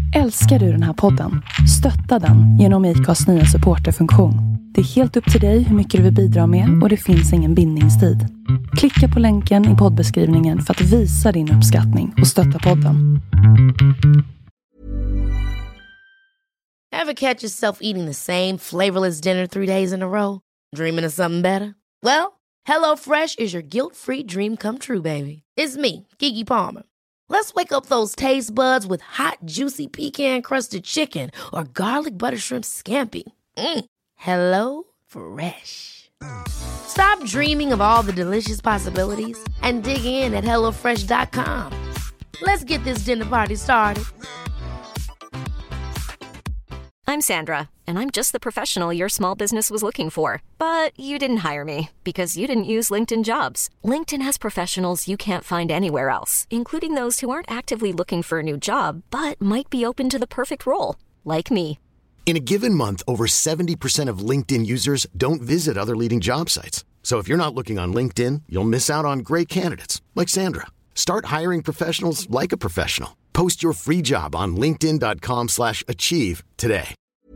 Älskar du den här podden? Stötta den genom IKAs nya supporterfunktion. Det är helt upp till dig hur mycket du vill bidra med och det finns ingen bindningstid. Klicka på länken i poddbeskrivningen för att visa din uppskattning och stötta podden. Ever catch yourself eating the same flavorless dinner 3 days in a row? Dreaming of something better? Well, HelloFresh is your guilt-free dream come true, baby. It's me, Keke Palmer. Let's wake up those taste buds with hot, juicy pecan-crusted chicken or garlic butter shrimp scampi. Hello Fresh. Stop dreaming of all the delicious possibilities and dig in at HelloFresh.com. Let's get this dinner party started. I'm Sandra, and I'm just the professional your small business was looking for. But you didn't hire me because you didn't use LinkedIn Jobs. LinkedIn has professionals you can't find anywhere else, including those who aren't actively looking for a new job, but might be open to the perfect role, like me. In a given month, over 70% of LinkedIn users don't visit other leading job sites. So if you're not looking on LinkedIn, you'll miss out on great candidates like Sandra. Start hiring professionals like a professional. Post your free job on linkedin.com/achieve today.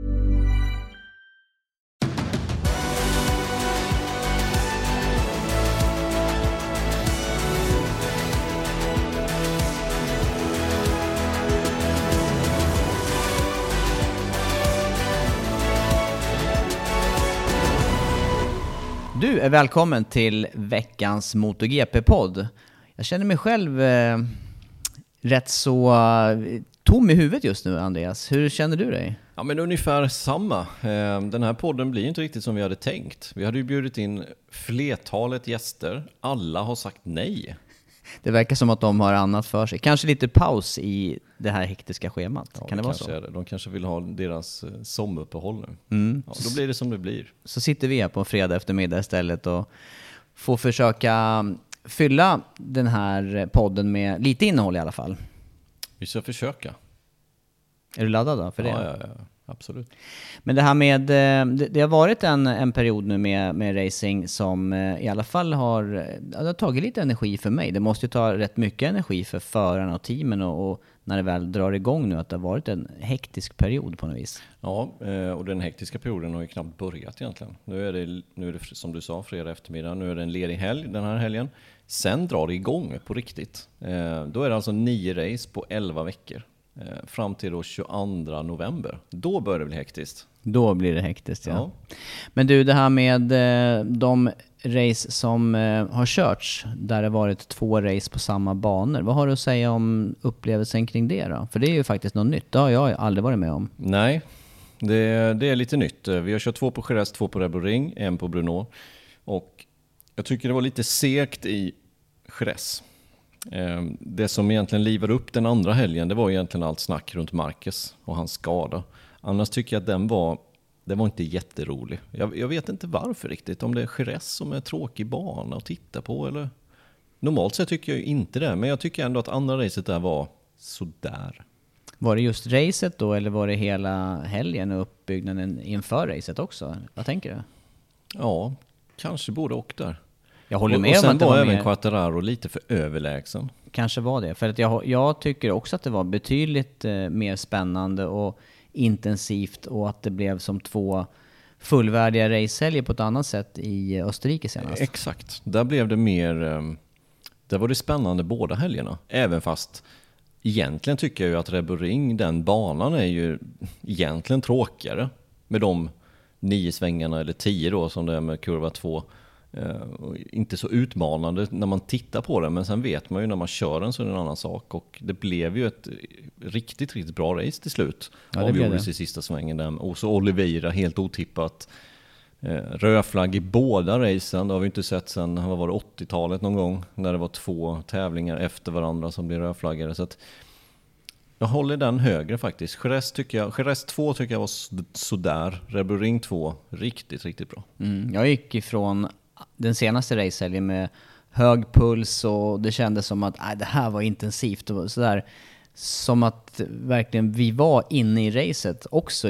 Du är välkommen till veckans MotoGP-podd. Jag känner mig själv rätt så tom i huvudet just nu, Andreas. Hur känner du dig? Ja, men ungefär samma. Den här podden blir inte riktigt som vi hade tänkt. Vi hade ju bjudit in flertalet gäster. Alla har sagt nej. Det verkar som att de har annat för sig. Kanske lite paus i det här hektiska schemat. Ja, kan det vara så? Är det. De kanske vill ha deras sommaruppehåll nu. Ja, då blir det som det blir. Så sitter vi här på en fredag eftermiddag istället och får försöka fylla den här podden med lite innehåll i alla fall. Vi ska försöka. Är du laddad då för det? Ja, absolut. Men det här med, det har varit en period nu med racing som i alla fall det har tagit lite energi för mig. Det måste ju ta rätt mycket energi för förarna och teamen och när det väl drar igång nu att det har varit en hektisk period på något vis. Ja, och den hektiska perioden har ju knappt börjat egentligen. Nu är det som du sa, fredag eftermiddag. Nu är det en ledig helg den här helgen. Sen drar det igång på riktigt. Då är det alltså 9 race på 11 veckor. Fram till då 22 november. Då börjar det bli hektiskt. Då blir det hektiskt, ja. Men du, det här med de race som har körts, där det varit 2 race på samma banor. Vad har du att säga om upplevelsen kring det då? För det är ju faktiskt något nytt. Det har jag aldrig varit med om. Nej, det är lite nytt. Vi har kört 2 på Jerez, 2 på Red Bull Ring, 1 på Brno. Och jag tycker det var lite segt i Jerez. Det som egentligen livade upp den andra helgen, det var egentligen allt snack runt Marquez och hans skada. Annars tycker jag att den var inte jätterolig. Jag vet inte varför riktigt, om det är Jerez som är tråkig bana att titta på eller... Normalt sett tycker jag ju inte det, men jag tycker ändå att andra racet där var sådär. Var det just racet då, eller var det hela helgen och uppbyggnaden inför racet också? Vad tänker du? Ja, kanske både och där. Jag håller med och sen om att det var även mer... Quartararo lite för överlägsen. Kanske var det, för att jag tycker också att det var betydligt mer spännande och intensivt och att det blev som 2 fullvärdiga racehelger på ett annat sätt i Österrike senast. Exakt, där blev det mer, där var det spännande båda helgerna. Även fast egentligen tycker jag ju att Red Bull Ring, den banan är ju egentligen tråkigare med de 9 svängarna eller 10 då som det är med kurva 2. Inte så utmanande när man tittar på det, men sen vet man ju när man kör den så är det en annan sak, och det blev ju ett riktigt, riktigt bra race till slut. Ja, avgjordes i sista svängen där. Och så Oliveira helt otippat rödflagg i båda racen. Det har vi inte sett sen, vad var det, 80-talet någon gång, när det var 2 tävlingar efter varandra som blev rödflaggade. Så att jag håller den högre faktiskt. Jerez 2 tycker jag var sådär. Red Bull Ring 2 riktigt, riktigt bra. Jag gick ifrån den senaste racehelgen med hög puls och det kändes som att det här var intensivt och sådär. Som att verkligen vi var inne i racet också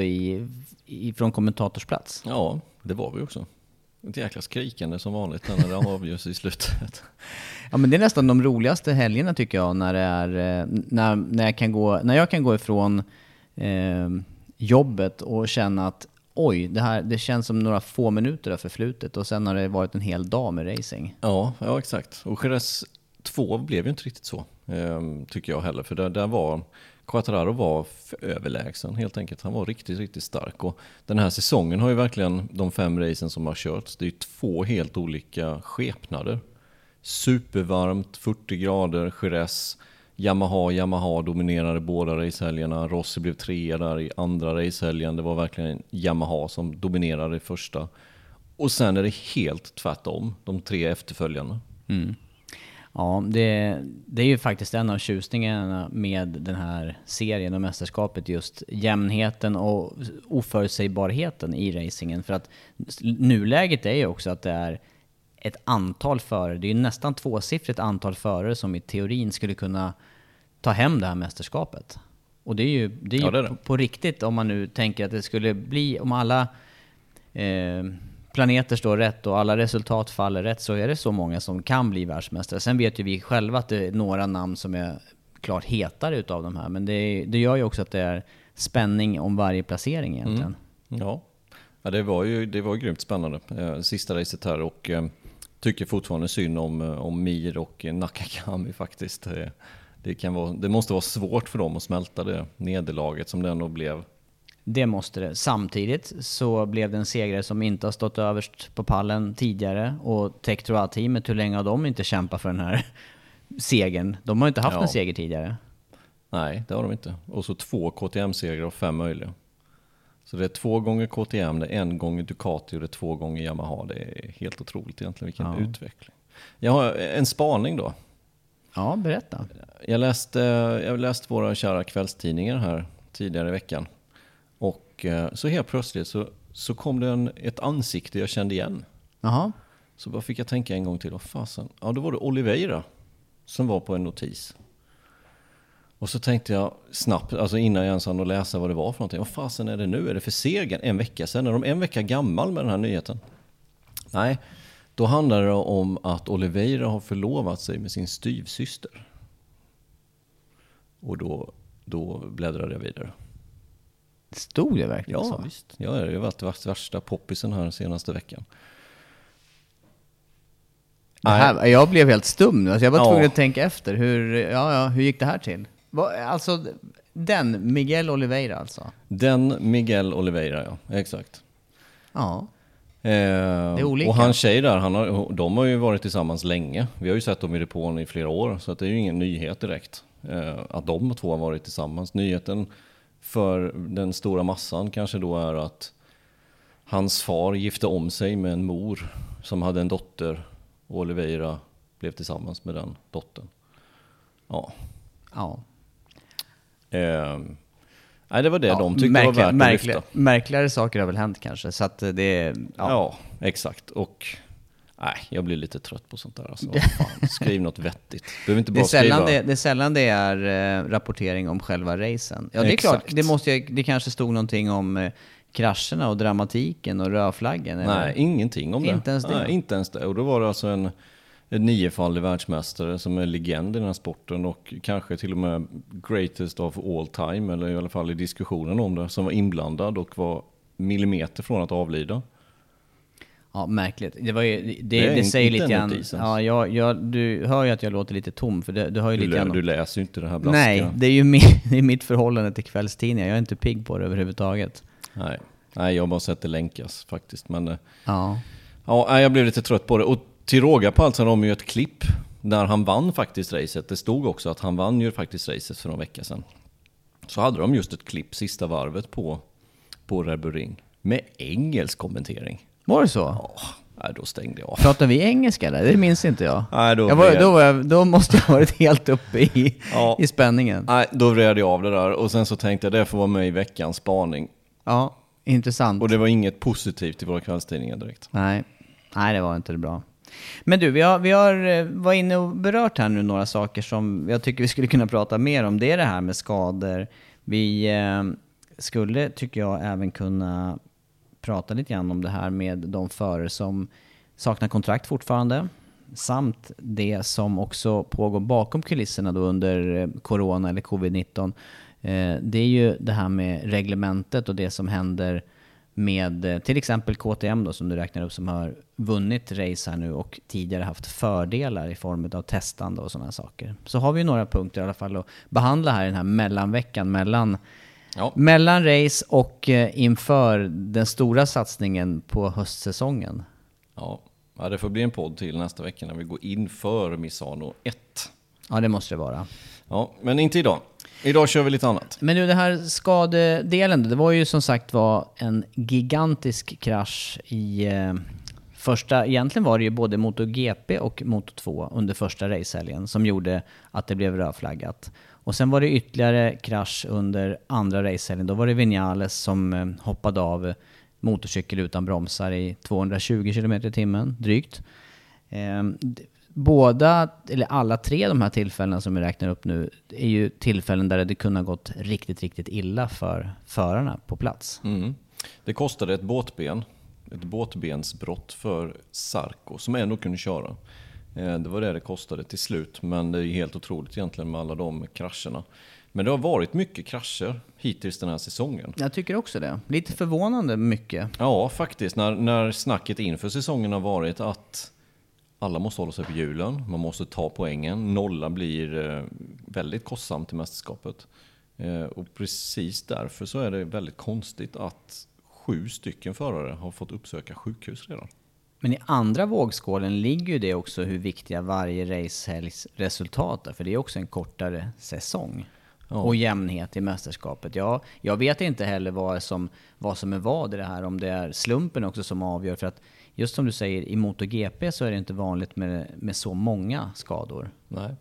från kommentatorsplats. Ja, det var vi också. Ett jäkla skrikande som vanligt när det avgörs i slutet. Ja, men det är nästan de roligaste helgerna tycker jag, när det är när jag kan gå ifrån jobbet och känna att oj, det känns som några få minuter har förflutit och sen har det varit en hel dag med racing. Ja, exakt. Och Jerez 2 blev ju inte riktigt så, tycker jag heller. För där var Quartararo var överlägsen helt enkelt. Han var riktigt, riktigt stark. Och den här säsongen har ju verkligen de 5 racen som har körts. Det är ju 2 helt olika skepnader. Supervarmt, 40 grader, Jerez. Yamaha dominerade båda racehelgerna. Rossi blev 3 där i andra racehelgen. Det var verkligen Yamaha som dominerade i första. Och sen är det helt tvärtom, de 3 efterföljarna. Mm. Ja, det är ju faktiskt en av tjusningarna med den här serien och mästerskapet, just jämnheten och oförutsägbarheten i racingen. För att nuläget är ju också att det är ett antal förare, det är ju nästan 2-siffrigt antal förare som i teorin skulle kunna ta hem det här mästerskapet. Och det är ju på riktigt, om man nu tänker att det skulle bli, om alla planeter står rätt och alla resultat faller rätt, så är det så många som kan bli världsmästare. Sen vet ju vi själva att det är några namn som är klart hetare utav de här, men det gör ju också att det är spänning om varje placering egentligen. Ja, det var ju grymt spännande sista racet här, och tycker fortfarande synd om Mir och Nakagami faktiskt. Det måste vara svårt för dem att smälta det nederlaget som det ändå blev. Det måste det. Samtidigt så blev det en segrare som inte har stått överst på pallen tidigare, och Tech Trois-teamet, hur länge har de inte kämpat för den här segern? De har inte haft en seger tidigare. Nej, det har de inte. Och så 2 KTM-segrar och 5 möjliga. Så det är 2 gånger KTM, det är 1 gånger Ducati och det är 2 gånger Yamaha. Det är helt otroligt egentligen, vilken utveckling. Jag har en spaning då. Ja, berätta. Jag läste våra kära kvällstidningar här tidigare i veckan. Och så helt plötsligt så kom det ett ansikte jag kände igen. Jaha. Så bara fick jag tänka en gång till. Vad fasen? Ja, då var det Oliveira som var på en notis. Och så tänkte jag snabbt, alltså innan jag ens hann att läsa vad det var för någonting. Vad fasen är det nu? Är det för segern? En vecka sedan? Är de en vecka gammal med den här nyheten? Nej, då handlar det om att Oliveira har förlovat sig med sin styvsyster. Och då bläddrade jag vidare. Stod det verkligen så? Visst. Ja, det har varit värsta poppisen här senaste veckan. Jag blev helt stum nu. Alltså jag var tvungen att tänka efter. Hur gick det här till? Alltså, den Miguel Oliveira alltså? Den Miguel Oliveira, ja. Exakt. Ja. Det är olika. Och hans tjej där, de har ju varit tillsammans länge. Vi har ju sett dem i depån i flera år. Så att det är ju ingen nyhet direkt. Att de 2 har varit tillsammans. Nyheten för den stora massan kanske då är att hans far gifte om sig med en mor som hade en dotter, och Oliveira blev tillsammans med den dottern. Ja. Nej, det var det de tyckte var värt att lyfta. Märkligare saker har väl hänt kanske, så att det... Ja, exakt. Och jag blir lite trött på sånt där. Alltså, fan, skriv något vettigt. Behöver inte bara skriva. Det är sällan det är rapportering om själva racen. Ja, det är klart. Det kanske stod någonting om krascherna och dramatiken och rödflaggen. Nej, ingenting om det. Inte ens det. Nej, inte ens det. Och då var det alltså en 9-faldig världsmästare som är legend i den här sporten, och kanske till och med greatest of all time, eller i alla fall i diskussionen om det, som var inblandad och var millimeter från att avlida. Ja, märkligt. Det säger lite grann. Ja, du hör ju att jag låter lite tom, för du hör ju lite grann. Du läser ju inte det här blaskan. Nej, det är ju mitt förhållande till kvällstidningar. Jag är inte pigg på det överhuvudtaget. Nej, jag har bara sett det länkas faktiskt, men jag blev lite trött på det. Och till råga på allt så har de ju ett klipp där han vann faktiskt racet. Det stod också att han vann ju faktiskt racet för en vecka sedan. Så hade de just ett klipp sista varvet på Red Bull Ring med engelsk kommentering. Var det så? Ja, då stängde jag. Pratar vi engelska där? Det minns inte jag. Nej, då måste jag ha varit helt uppe i spänningen. Nej, då vred jag av det där. Och sen så tänkte jag, det får vara med i veckans spaning. Ja, intressant. Och det var inget positivt i våra kvällstidningar direkt. Nej, det var inte det bra. Men du, vi har varit inne och berört här nu några saker som jag tycker vi skulle kunna prata mer om. Det är det här med skador. Vi skulle, tycker jag, även kunna prata lite grann om det här med de förare som saknar kontrakt fortfarande, samt det som också pågår bakom kulisserna då under corona eller covid-19. Det är ju det här med reglementet och det som händer med till exempel KTM då, som du räknar upp, som har vunnit race här nu och tidigare haft fördelar i form av testande och sådana saker. Så har vi några punkter i alla fall att behandla här i den här mellanveckan mellan race och inför den stora satsningen på höstsäsongen. Ja, det får bli en podd till nästa vecka när vi går in för Misano 1. Ja, det måste det vara. Ja, men inte idag. Idag kör vi lite annat. Men nu det här skadedelen, det var ju som sagt var en gigantisk krasch i första, egentligen var det ju både MotoGP och Moto2 under första racehelgen som gjorde att det blev rödflaggat. Och sen var det ytterligare krasch under andra racehelgen. Då var det Vinales som hoppade av motorcykel utan bromsar i 220 km/h drygt. Båda, eller alla tre de här tillfällena som vi räknar upp nu är ju tillfällen där det kunde ha gått riktigt, riktigt illa för förarna på plats. Mm. Det kostade ett båtbensbrott för Zarco som ändå kunde köra. Det var det kostade till slut, men det är helt otroligt egentligen med alla de krascherna. Men det har varit mycket krascher hittills den här säsongen. Jag tycker också det. Lite förvånande mycket. Ja, faktiskt. När snacket inför säsongen har varit att alla måste hålla sig på hjulen, man måste ta poängen. Nolla blir väldigt kostsamt i mästerskapet. Och precis därför så är det väldigt konstigt att 7 stycken förare har fått uppsöka sjukhus redan. Men i andra vågskålen ligger ju det också hur viktiga varje racehelgs resultat är. För det är också en kortare säsong. Ja. Och jämnhet i mästerskapet. Jag vet inte heller vad som är vad i det här. Om det är slumpen också som avgör. För att just som du säger, i MotoGP så är det inte vanligt med så många skador. Nej,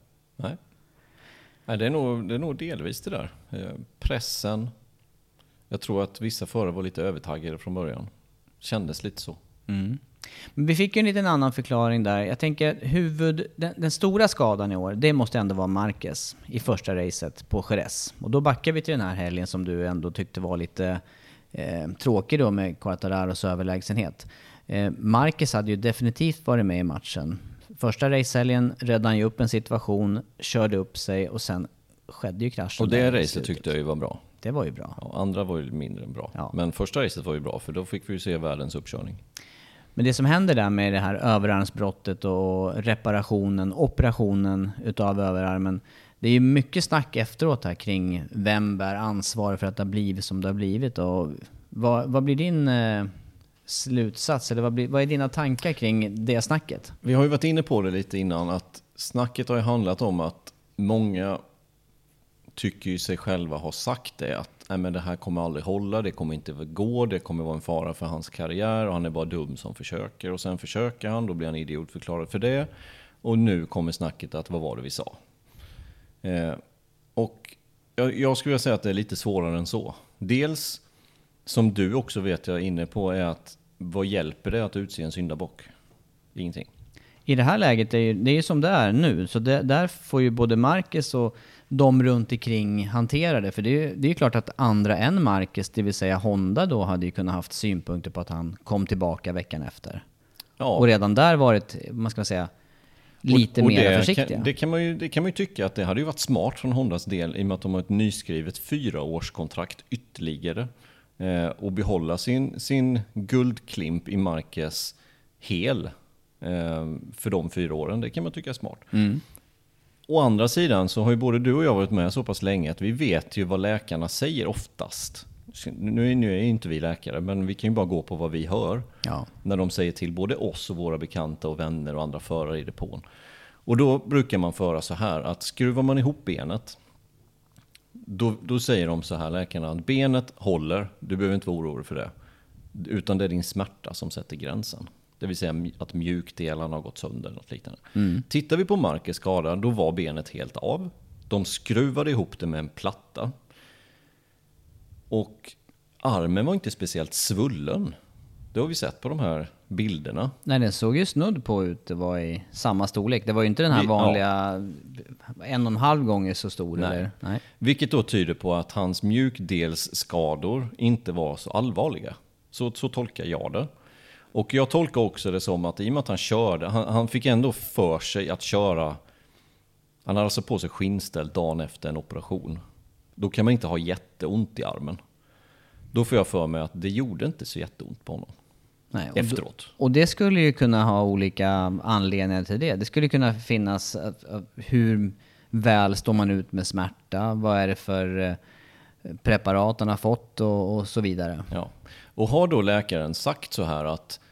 det är nog delvis det där. Pressen. Jag tror att vissa förare var lite övertaggade från början. Kändes lite så. Mm. Men vi fick ju en liten annan förklaring där. Jag tänker den stora skadan i år, det måste ändå vara Marquez i första racet på Jerez. Och då backar vi till den här helgen som du ändå tyckte var lite tråkig då med Quartararos överlägsenhet. Marquez hade ju definitivt varit med i matchen. Första racehelgen räddade han ju upp en situation, körde upp sig och sen skedde ju kraschen. Och det racet tyckte jag ju var bra. Det var ju bra. Ja, andra var ju mindre än bra. Ja. Men första racet var ju bra, för då fick vi ju se världens uppkörning. Men det som händer där med det här överarmsbrottet och operationen utav överarmen, det är ju mycket snack efteråt här kring vem bär ansvar för att det har blivit som det har blivit. Och vad blir din slutsats, eller vad är dina tankar kring det snacket? Vi har ju varit inne på det lite innan, att snacket har ju handlat om att många tycker ju sig själva ha sagt det, att nej, men det här kommer aldrig hålla, det kommer inte gå, det kommer vara en fara för hans karriär och han är bara dum som försöker. Och sen försöker han, då blir han idiotförklarad för det. Och nu kommer snacket att vad var det vi sa? Och jag skulle vilja säga att det är lite svårare än så. Dels, som du också vet jag är inne på, är att vad hjälper det att utse en syndabock? Ingenting. I det här läget är det är som det är nu, så där får ju både Marquez och de runt omkring hantera det. För det är klart att andra än Marquez, det vill säga Honda då, hade ju kunnat haft synpunkter på att han kom tillbaka veckan efter. Ja. Och redan där varit, man ska säga, lite mer försiktiga. Det kan man ju tycka att det hade ju varit smart från Hondas del, i och med att de har ett nyskrivet 4-årskontrakt ytterligare. Och behålla sin guldklimp i Marquez hel för de 4 åren. Det kan man tycka är smart. Mm. Å andra sidan så har ju både du och jag varit med så pass länge att vi vet ju vad läkarna säger oftast. Nu är inte vi läkare, men vi kan ju bara gå på vad vi hör. Ja. När de säger till både oss och våra bekanta och vänner och andra förare i depån. Och då brukar man föra så här, att skruvar man ihop benet, då säger de så här, läkarna, att benet håller, du behöver inte vara orolig för det. Utan det är din smärta som sätter gränsen. Det vill säga att mjukdelarna har gått sönder eller något liknande. Mm. Tittar vi på Marquez skada, då var benet helt av. De skruvade ihop det med en platta. Och armen var inte speciellt svullen. Det har vi sett på de här bilderna. Nej, den såg ju snudd på ut. Det var i samma storlek. Det var ju inte den här vanliga 1,5 gånger så stor. Nej. Eller? Nej. Vilket då tyder på att hans mjukdelsskador inte var så allvarliga. Så tolkar jag det. Och jag tolkar också det som att i och med att han körde, han fick ändå för sig att köra, han hade alltså på sig skinnställ dagen efter en operation. då kan man inte ha jätteont i armen. Då får jag för mig att det gjorde inte så jätteont på honom. Nej, efteråt. Och det skulle ju kunna ha olika anledningar till det. Det skulle kunna finnas hur väl står man ut med smärta, vad är det för preparat han har fått och så vidare. Ja. Och har då läkaren sagt så här att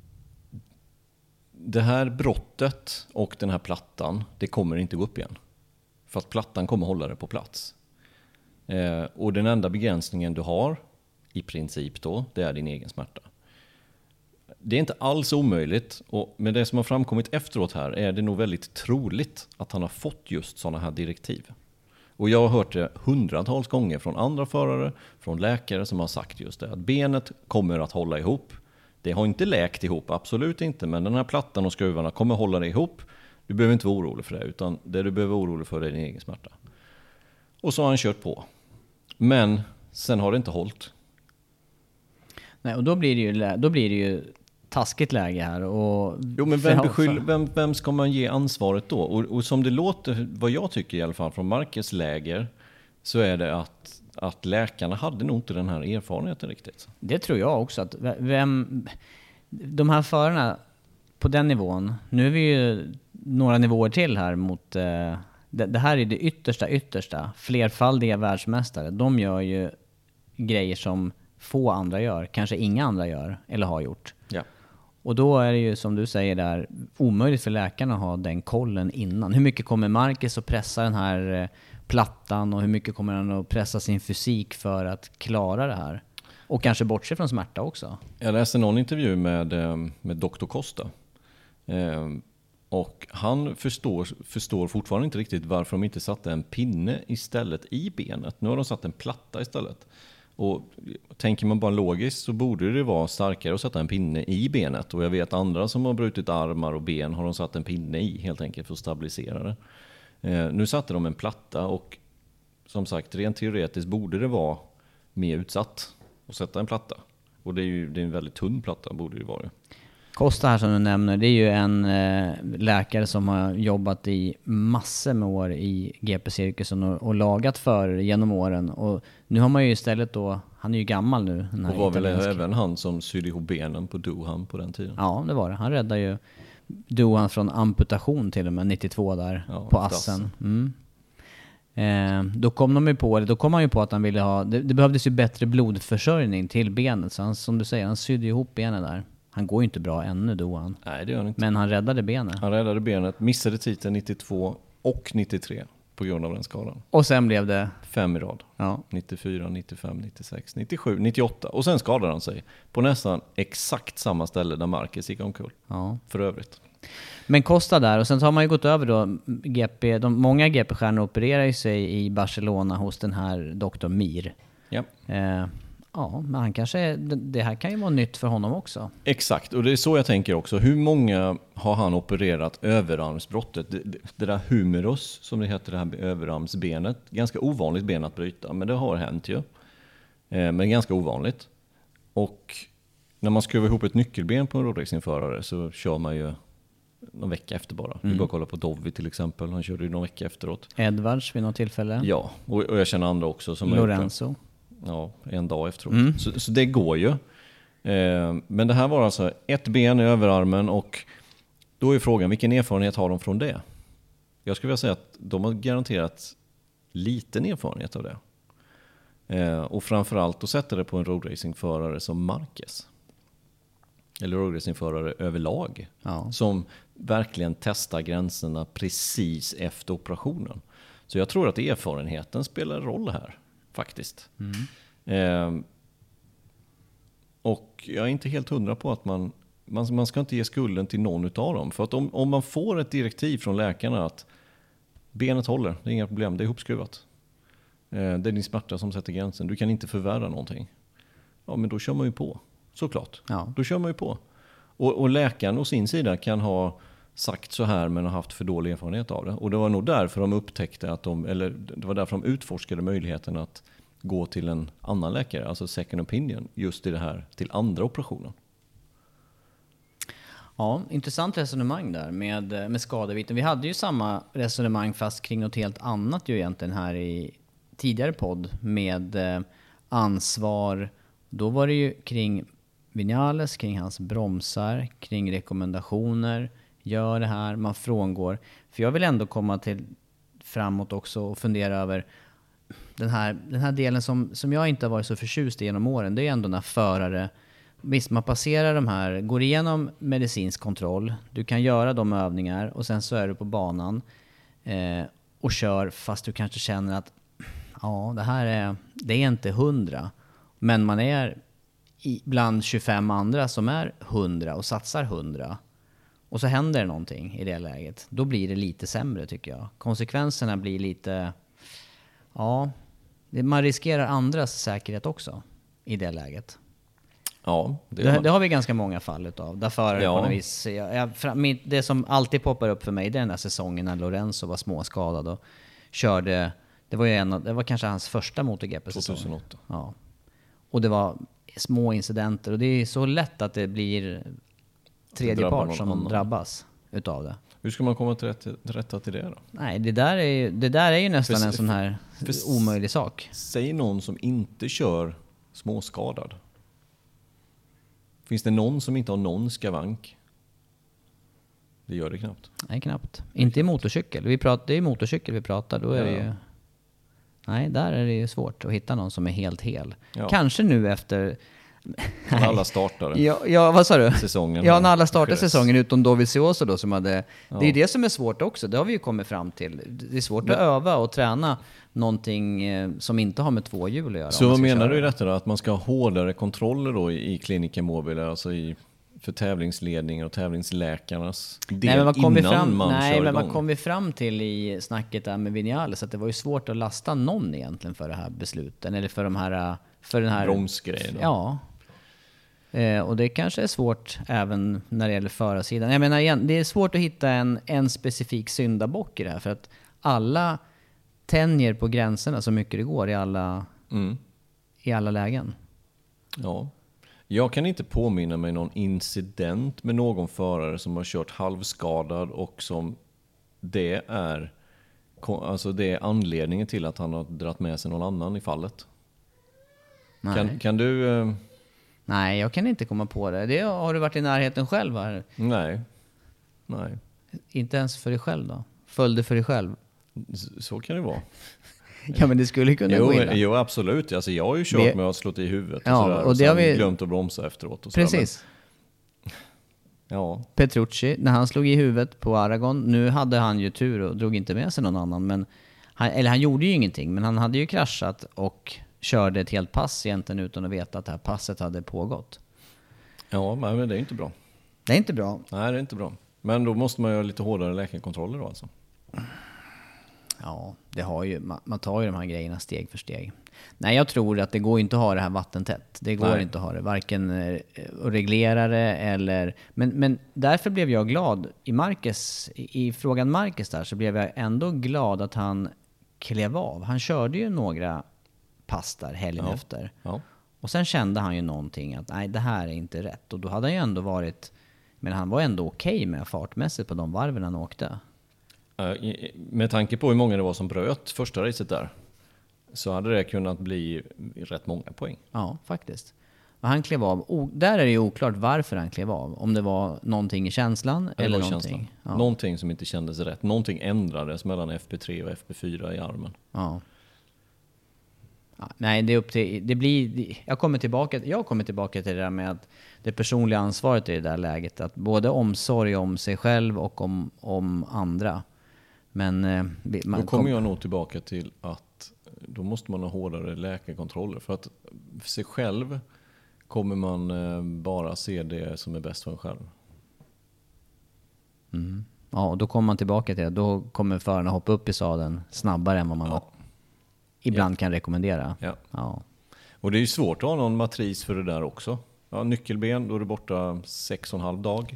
det här brottet och den här plattan, det kommer inte gå upp igen. För att plattan kommer hålla det på plats. Och den enda begränsningen du har, i princip då, det är din egen smärta. Det är inte alls omöjligt, och med det som har framkommit efteråt här är det nog väldigt troligt att han har fått just sådana här direktiv. Och jag har hört det hundratals gånger från andra förare, från läkare som har sagt just det, att benet kommer att hålla ihop. Det har inte läkt ihop, absolut inte, men den här plattan och skruvarna kommer hålla det ihop. Du behöver inte vara orolig för det, utan det du behöver vara orolig för är din egen smärta. Och så har han kört på. Men sen har det inte hållit. Nej, och då blir det ju taskigt läge här. Och jo, men vem ska man ge ansvaret då? Och som det låter, vad jag tycker i alla fall från Marquez läger, så är det att läkarna hade nog inte den här erfarenheten riktigt. Det tror jag också. Att de här förarna på den nivån, nu är vi ju några nivåer till här mot... Det här är det yttersta. Flerfaldiga världsmästare. De gör ju grejer som få andra gör. Kanske inga andra gör eller har gjort. Ja. Och då är det ju, som du säger där, omöjligt för läkarna att ha den kollen innan. Hur mycket kommer Marquez att pressa den här plattan och hur mycket kommer han att pressa sin fysik för att klara det här? Och kanske bortse från smärta också. Jag läste någon intervju med Dr. Costa. Och han förstår fortfarande inte riktigt varför de inte satte en pinne istället i benet. Nu har de satt en platta istället. Och tänker man bara logiskt så borde det vara starkare att sätta en pinne i benet. Och jag vet andra som har brutit armar och ben har de satt en pinne i helt enkelt för att stabilisera det. Nu satte de en platta och som sagt rent teoretiskt borde det vara mer utsatt att sätta en platta. Och det är en väldigt tunn platta borde det vara. Costa här som du nämner, det är ju en läkare som har jobbat i massor med år i GP-cirkusen och lagat för genom åren. Och nu har man ju istället då, han är ju gammal nu. Och var väl även han som sydde ihop benen på Doohan på den tiden? Ja, det var det. Han räddade ju Doohan från amputation till och med 92 där på Assen. Då kom han ju på att han ville ha, det behövdes ju bättre blodförsörjning till benet. Så han, som du säger, han sydde ihop benen där. Han går ju inte bra ännu då han. Nej, det gör han inte. Men han räddade benet. Han räddade benet, missade titeln 92 och 93 på grund av den skadan. Och sen blev det 5 i rad. Ja. 94, 95, 96, 97, 98. Och sen skadade han sig på nästan exakt samma ställe där Marquez gick omkull. Ja. För övrigt. Men Costa där, och sen har man ju gått över då GP, många GP-stjärnor opererar ju sig i Barcelona hos den här Dr. Mir. Ja. Ja, men han kanske, det här kan ju vara nytt för honom också. Exakt, och det är så jag tänker också. Hur många har han opererat överarmsbrottet? Det där humerus, som det heter, det här överarmsbenet. Ganska ovanligt ben att bryta, men det har hänt ju. Men ganska ovanligt. Och när man skruvar ihop ett nyckelben på en roadracingförare så kör man ju någon vecka efter bara. Vi bara kolla på Dovi till exempel. Han körde ju någon vecka efteråt. Edwards vid något tillfälle. Ja, och jag känner andra också. Som Lorenzo. Ja, en dag efteråt. Så det går ju. Men det här var alltså ett ben i överarmen och då är frågan, vilken erfarenhet har de från det? Jag skulle vilja säga att de har garanterat liten erfarenhet av det. Och framförallt att sätta det på en roadracingförare som Marquez. Eller roadracingförare överlag. Ja. Som verkligen testar gränserna precis efter operationen. Så jag tror att erfarenheten spelar en roll här. Faktiskt. Och jag är inte helt hundra på att man ska inte ge skulden till någon utav dem. För att om man får ett direktiv från läkarna att benet håller, det är inga problem, det är ihopskruvat. Det är din smärta som sätter gränsen, du kan inte förvärra någonting. Ja, men då kör man ju på. Såklart. Ja. Då kör man ju på. Och läkaren å sin sida kan ha sagt så här men har haft för dålig erfarenhet av det. Och det var nog därför de upptäckte att det var därför de utforskade möjligheten att gå till en annan läkare, alltså second opinion, just i det här till andra operationen. Ja, intressant resonemang där med skadeviten. Vi hade ju samma resonemang fast kring något helt annat ju egentligen här tidigare podd med ansvar. Då var det ju kring Vinales, kring hans bromsar, kring rekommendationer. Gör det här, man frångår. För jag vill ändå komma till framåt också och fundera över den här delen som jag inte har varit så förtjust i genom åren. Det är ändå när förare, visst man passerar de här, går igenom medicinsk kontroll. Du kan göra de övningar och sen så är du på banan och kör fast du kanske känner att ja, det är inte 100. Men man är bland 25 andra som är 100 och satsar 100. Och så händer det någonting i det läget. Då blir det lite sämre tycker jag. Konsekvenserna blir lite... Ja, man riskerar andras säkerhet också i det läget. Ja, det har vi ganska många fall utav. Där förare på något vis... det som alltid poppar upp för mig det är den här säsongen när Lorenzo var småskadad och körde... Det var kanske hans första MotoGP-säsong. 2008. Ja. Och det var små incidenter. Och det är så lätt att det blir tredje part som drabbas utav det. Hur ska man komma till rätta till det då? Nej, det där är ju nästan en sån här omöjlig sak. Säg någon som inte kör småskadad. Finns det någon som inte har någon skavank? Det gör det knappt. Nej, knappt. Inte i motorcykel. Det är motorcykel vi pratar. Då är det ju... Nej, där är det ju svårt att hitta någon som är helt hel. Ja. Kanske nu efter... När alla startade. Ja, vad sa du? Säsongen. Ja, när alla startade säsongen utom Dovizioso då som hade... Ja. Det är det som är svårt också. Det har vi ju kommit fram till. Det är svårt att öva och träna någonting som inte har med två hjul att göra. Så vad menar du i detta då? Att man ska ha hårdare kontroller då i Clinica Mobile, alltså för tävlingsledningen och tävlingsläkarnas del man kom fram till i snacket där med Vinales att det var ju svårt att lasta någon egentligen för det här besluten eller för den här bromsgrejen. Ja. Och det kanske är svårt även när det gäller förarsidan. Jag menar igen, det är svårt att hitta en specifik syndabock i det här för att alla tänjer på gränserna så mycket det går i alla lägen. Ja. Jag kan inte påminna mig någon incident med någon förare som har kört halvskadad och som det är anledningen till att han har dratt med sig någon annan i fallet. Kan du... Nej, jag kan inte komma på det. Har du varit i närheten själv här? Nej. Inte ens för dig själv då? Följde för dig själv? Så kan det vara. Ja, men det skulle kunna gå illa. Jo, absolut. Alltså, jag har ju kört med att slå i huvudet och det har vi glömt att bromsa efteråt. Och precis. Ja. Petrucci, när han slog i huvudet på Aragon, nu hade han ju tur och drog inte med sig någon annan. Men han gjorde ju ingenting, men han hade ju kraschat och körde ett helt pass egentligen utan att veta att det här passet hade pågått. Ja, men det är inte bra. Det är inte bra. Nej, det är inte bra. Men då måste man göra lite hårdare läkarkontroller då alltså. Ja, man tar ju de här grejerna steg för steg. Nej, jag tror att det går inte att ha det här vattentätt. Det går inte att ha det, varken att reglera det eller... Men därför blev jag glad i frågan Marquez där, så blev jag ändå glad att han klev av. Han körde ju några pass där helgen efter. Ja. Och sen kände han ju någonting att nej, det här är inte rätt. Och då hade han ju ändå varit... Men han var ändå okej med fartmässigt på de varven han åkte. Med tanke på hur många det var som bröt första racet där, så hade det kunnat bli rätt många poäng. Ja, faktiskt. Och han klev av. Där är det ju oklart varför han klev av. Om det var någonting i känslan eller någonting. Ja. Någonting som inte kändes rätt. Någonting ändrades mellan FP3 och FP4 i armen. Ja. Nej, det är upp till... Jag kommer tillbaka till det där med att det personliga ansvaret i det där läget. Att både omsorg om sig själv och om andra. Men då kommer jag nog tillbaka till att då måste man ha hårdare läkarkontroller. För att för sig själv kommer man bara se det som är bäst för en själv. Mm. Ja, och då kommer man tillbaka till det. Då kommer förarna hoppa upp i sadeln snabbare än vad man ibland kan rekommendera. Ja. Och det är ju svårt att ha någon matris för det där också. Ja, nyckelben, då är du borta 6,5 dag.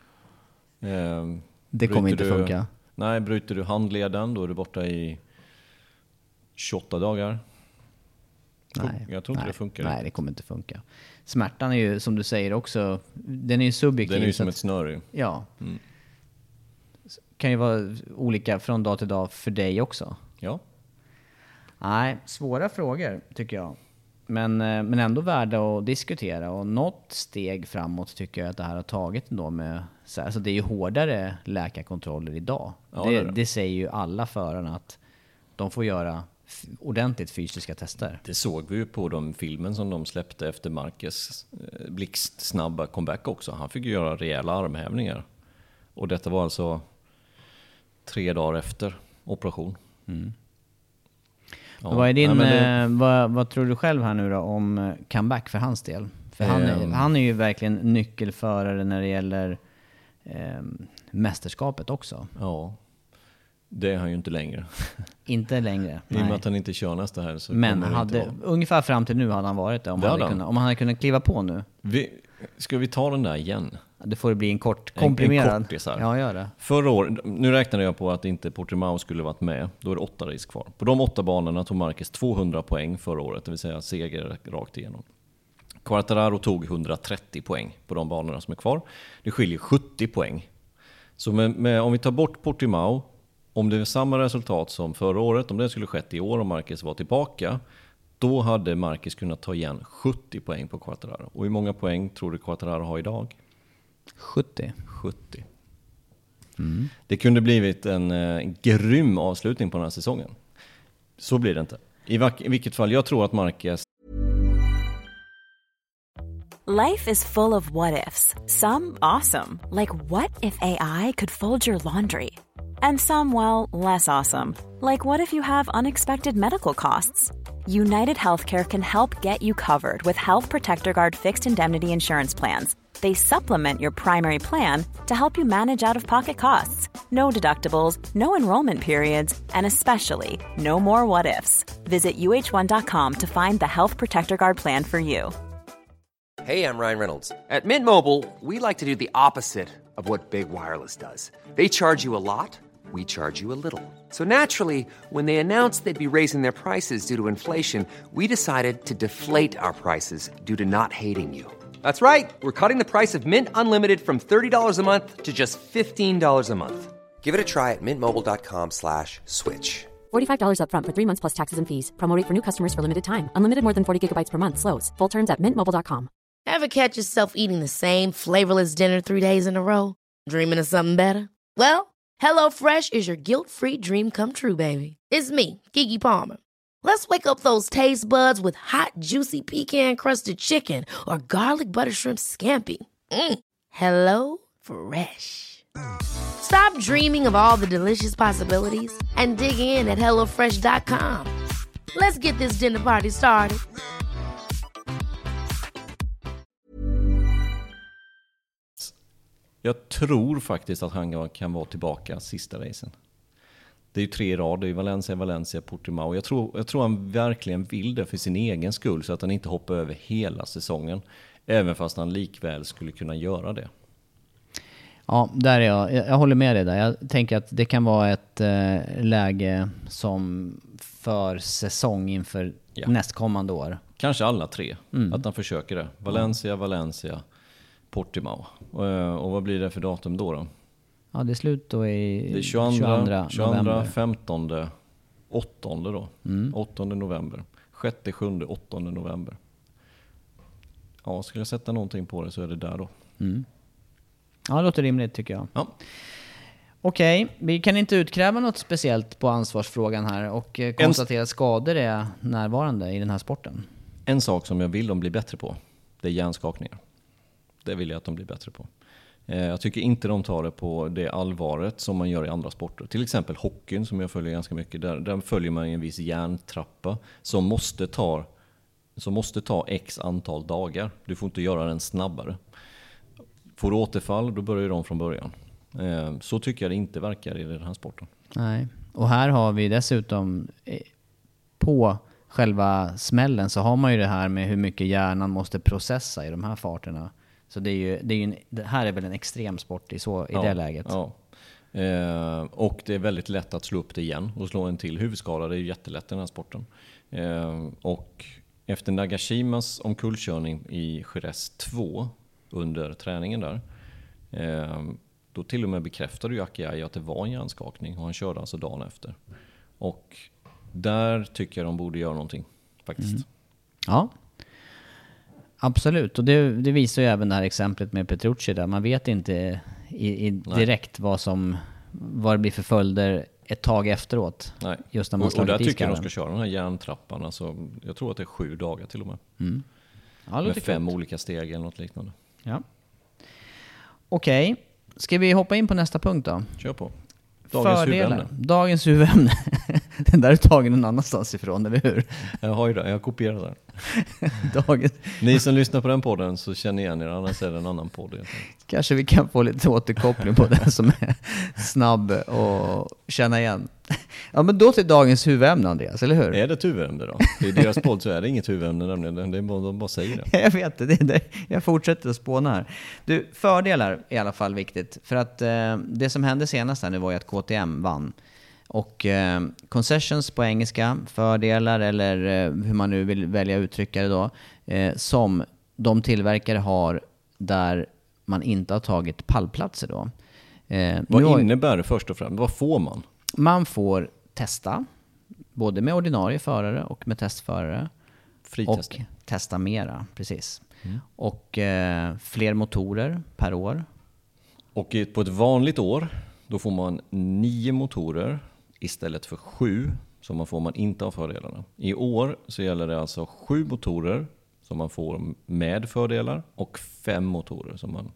Det kommer inte funka. Nej, bryter du handleden, då är du borta i 28 dagar. Jag tror inte det funkar. Nej, det kommer inte funka. Smärtan är ju, som du säger också, den är ju subjektiv. Den är ju som ett snöre. Ja. Mm. Kan ju vara olika från dag till dag för dig också. Ja. Nej, svåra frågor tycker jag. Men ändå värda att diskutera. Och något steg framåt tycker jag att det här har tagit ändå med... Alltså det är ju hårdare läkarkontroller idag. Ja, det säger ju alla förarna att de får göra ordentligt fysiska tester. Det såg vi ju på de filmen som de släppte efter Marquez blixtsnabba comeback också. Han fick ju göra rejäla armhävningar. Och detta var alltså 3 dagar efter operation. Ja, vad är din, vad tror du själv här nu då om comeback för hans del? För han är ju verkligen nyckelförare när det gäller mästerskapet också. Ja, det är han ju inte längre. Inte längre. I och med att han inte kör nästa här. Så men ungefär fram till nu hade han varit det. Om han hade kunnat kliva på nu. Ska vi ta den där igen? Det får bli en kort komprimerad. En kortis här. Ja, gör det. Förra året, nu räknade jag på att inte Portimao skulle varit med. Då är det 8 race kvar. På de 8 banorna tog Marquez 200 poäng förra året. Det vill säga seger rakt igenom. Quartararo tog 130 poäng på de banorna som är kvar. Det skiljer 70 poäng. Så om vi tar bort Portimao, om det är samma resultat som förra året, om det skulle skett i år och Marquez var tillbaka, då hade Marquez kunnat ta igen 70 poäng på Quartararo. Och hur många poäng tror du Quartararo har idag? 70. Det kunde blivit en grym avslutning på den här säsongen. Så blir det inte. I vilket fall, jag tror att Marquez... Life is full of what-ifs. Some awesome. Like what if AI could fold your laundry? And some, well, less awesome. Like what if you have unexpected medical costs? United Healthcare can help get you covered with Health Protector Guard fixed indemnity insurance plans. They supplement your primary plan to help you manage out-of-pocket costs. No deductibles, no enrollment periods, and especially no more what-ifs. Visit uh1.com to find the Health Protector Guard plan for you. Hey, I'm Ryan Reynolds. At Mint Mobile, we like to do the opposite of what Big Wireless does. They charge you a lot, we charge you a little. So naturally, when they announced they'd be raising their prices due to inflation, we decided to deflate our prices due to not hating you. That's right. We're cutting the price of Mint Unlimited from $30 a month to just $15 a month. Give it a try at mintmobile.com/switch. $45 up front for 3 months plus taxes and fees. Promo rate for new customers for limited time. Unlimited more than 40 gigabytes per month. Slows full terms at mintmobile.com. Ever catch yourself eating the same flavorless dinner 3 days in a row? Dreaming of something better? Well, HelloFresh is your guilt-free dream come true, baby. It's me, Keke Palmer. Let's wake up those taste buds with hot, juicy pecan-crusted chicken or garlic butter shrimp scampi. Hello Fresh. Stop dreaming of all the delicious possibilities and dig in at HelloFresh.com. Let's get this dinner party started. Jag tror faktiskt att han kan vara tillbaka sista racen. Det är ju 3 rader, det är Valencia, Portimao. Jag tror han verkligen vill det för sin egen skull så att han inte hoppar över hela säsongen. Även fast han likväl skulle kunna göra det. Ja, där är jag håller med dig där. Jag tänker att det kan vara ett läge som för säsong inför nästkommande år. Kanske alla 3, att han försöker det. Valencia, Portimao. Och vad blir det för datum då? Ja, det är slut då i det är 22, 15, 8 då. 8 november. 6, 7, 8 november. Ja, skulle jag sätta någonting på det så är det där då. Ja, det låter rimligt tycker jag. Ja. Okej, vi kan inte utkräva något speciellt på ansvarsfrågan här och konstatera att skador är närvarande i den här sporten. En sak som jag vill de bli bättre på, det är hjärnskakningar. Det vill jag att de blir bättre på. Jag tycker inte de tar det på det allvaret som man gör i andra sporter. Till exempel hockeyn som jag följer ganska mycket. Där följer man en viss hjärntrappa som måste ta x antal dagar. Du får inte göra den snabbare. Får du återfall, då börjar de från början. Så tycker jag det inte verkar i den här sporten. Nej, och här har vi dessutom på själva smällen så har man ju det här med hur mycket hjärnan måste processa i de här farterna. Så det här är väl en extrem sport i det läget. Ja. Och det är väldigt lätt att slå upp det igen och slå en till huvudskada. Det är ju jättelätt i den här sporten. Och efter Nagashimas omkullkörning i Jerez 2 under träningen där, då till och med bekräftade ju Aki Ai att det var en hjärnskakning och han körde alltså dagen efter. Och där tycker jag de borde göra någonting faktiskt. Ja, absolut. Och det visar ju även det här exemplet med Petrucci där. Man vet inte direkt vad det blir för följder ett tag efteråt. Nej. Just när man och där tycker jag de ska köra den här järntrappan. Alltså, jag tror att det är 7 dagar till och med. Ja, med 5 olika steg eller något liknande. Ja. Okej, ska vi hoppa in på nästa punkt då? Kör på. Dagens huvudämne. Den där är tagen någon annanstans ifrån, eller hur? Jag har ju det, jag kopierar det. Ni som lyssnar på den podden så känner igen er, annars är det en annan podd. Kanske vi kan få lite återkoppling på den som är snabb och känna igen. Ja, men då till dagens huvudämne, Andreas, eller hur? Är det ett huvudämne då? I deras podd så är det inget huvudämne, de bara säger det. Jag vet det. Jag fortsätter att spåna här. Du, fördelar är i alla fall viktigt. För att det som hände senast här nu var ju att KTM vann. Och concessions på engelska, fördelar eller hur man nu vill välja uttrycka det då, som de tillverkare har där man inte har tagit pallplatser då. Vad innebär det först och främst? Vad får man? Man får testa, både med ordinarie förare och med testförare. Fritest. Och testa mera, precis. Och fler motorer per år. Och på ett vanligt år, då får man 9 motorer istället för 7 som man får om man inte har fördelarna. I år så gäller det alltså 7 motorer som man får med fördelar och 5 motorer som man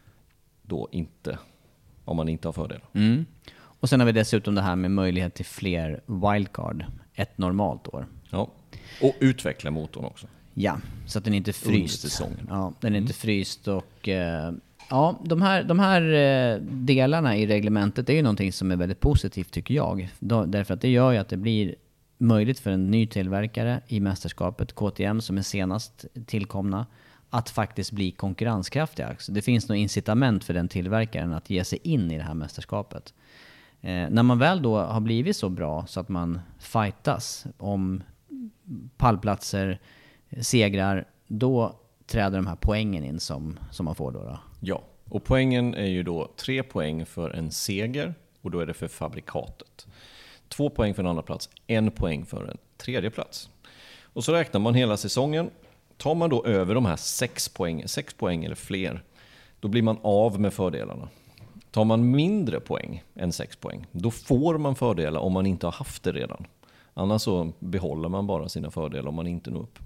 då inte, om man inte har fördelar. Och sen har vi dessutom det här med möjlighet till fler wildcard ett normalt år. Ja, och utveckla motorn också. Ja, så att den inte är fryst. Säsongen. Ja, den är inte fryst och ja, de här delarna i reglementet är ju någonting som är väldigt positivt tycker jag. Därför att det gör ju att det blir möjligt för en ny tillverkare i mästerskapet, KTM som är senast tillkomna, att faktiskt bli konkurrenskraftiga. Så det finns något incitament för den tillverkaren att ge sig in i det här mästerskapet. När man väl då har blivit så bra så att man fightas om pallplatser, segrar, då träder de här poängen in som man får då. Ja, och poängen är ju då 3 poäng för en seger och då är det för fabrikatet. 2 poäng för en andra plats, 1 poäng för en tredje plats. Och så räknar man hela säsongen. Tar man då över de här 6 poäng eller fler, då blir man av med fördelarna. Tar man mindre poäng än 6 poäng, då får man fördelar om man inte har haft det redan. Annars så behåller man bara sina fördelar om man inte når upp.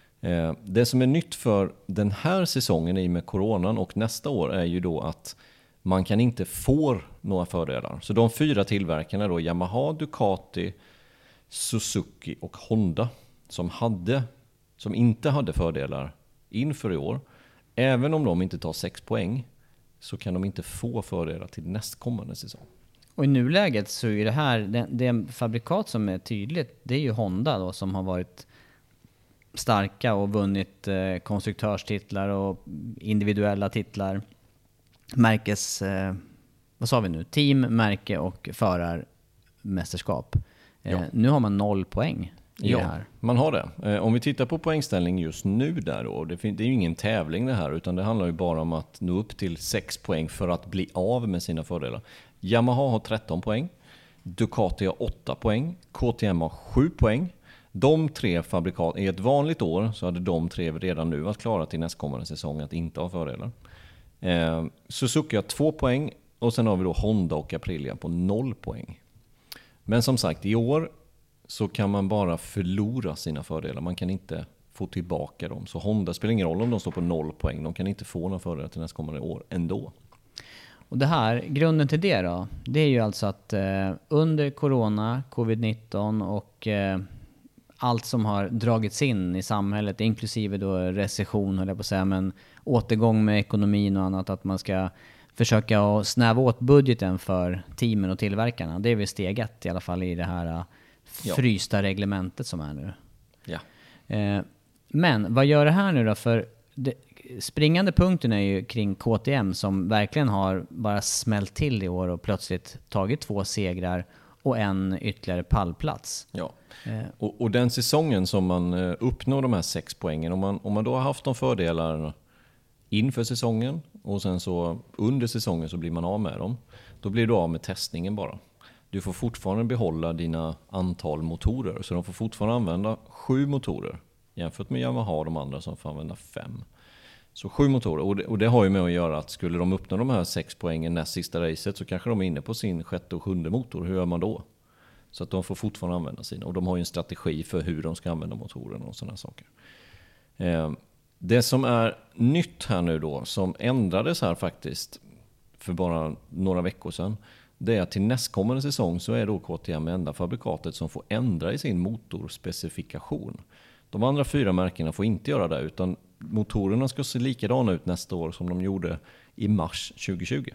Det som är nytt för den här säsongen i med coronan och nästa år är ju då att man kan inte få några fördelar. Så de 4 tillverkarna då, Yamaha, Ducati, Suzuki och Honda som inte hade fördelar inför i år, även om de inte tar 6 poäng så kan de inte få fördelar till nästkommande säsong. Och i nuläget så är det här, det fabrikat som är tydligt, det är ju Honda då som har varit starka och vunnit konstruktörstitlar och individuella titlar. Vad sa vi nu? Team, märke och förarmästerskap. Nu har man 0 poäng i det här. Man har det. Om vi tittar på poängställning just nu där då, det är ju ingen tävling det här, utan det handlar ju bara om att nå upp till 6 poäng för att bli av med sina fördelar. Yamaha har 13 poäng, Ducati har 8 poäng, KTM har 7 poäng. De 3 fabrikat, i ett vanligt år så hade de 3 redan nu varit klara till nästkommande säsong att inte ha fördelar. Suzuki har 2 poäng och sen har vi då Honda och Aprilia på 0 poäng. Men som sagt, i år så kan man bara förlora sina fördelar. Man kan inte få tillbaka dem. Så Honda spelar ingen roll om de står på 0 poäng. De kan inte få några fördelar till nästkommande år ändå. Och det här, grunden till det då, det är ju alltså att under corona, covid-19 och allt som har dragits in i samhället, inklusive då recession, höll jag på att säga, men återgång med ekonomin och annat, att man ska försöka att snäva åt budgeten för teamen och tillverkarna. Det är väl steg 1 i alla fall i det här frysta reglementet som är nu. Ja. Men vad gör det här nu då? För springande punkten är ju kring KTM som verkligen har bara smält till i år och plötsligt tagit 2 segrar och en ytterligare pallplats. Ja. Och den säsongen som man uppnår de här 6 poängen, om man då har haft de fördelarna inför säsongen och sen så under säsongen så blir man av med dem, då blir du av med testningen bara. du får fortfarande behålla dina antal motorer. Så de får fortfarande använda 7 motorer jämfört med Yamaha och de andra som får använda 5. Så 7 motorer. Och det har ju med att göra att skulle de uppnå de här 6 poängen näst sista racet så kanske de är inne på sin 6:e och 7:e motor. Hur gör man då? Så att de får fortfarande använda sina. Och de har ju en strategi för hur de ska använda motorerna och sådana saker. Det som är nytt här nu då, som ändrades här faktiskt för bara några veckor sedan, det är att till nästkommande säsong så är då KTM enda fabrikatet som får ändra i sin motorspecifikation. De andra 4 märkena får inte göra det, utan motorerna ska se likadana ut nästa år som de gjorde i mars 2020.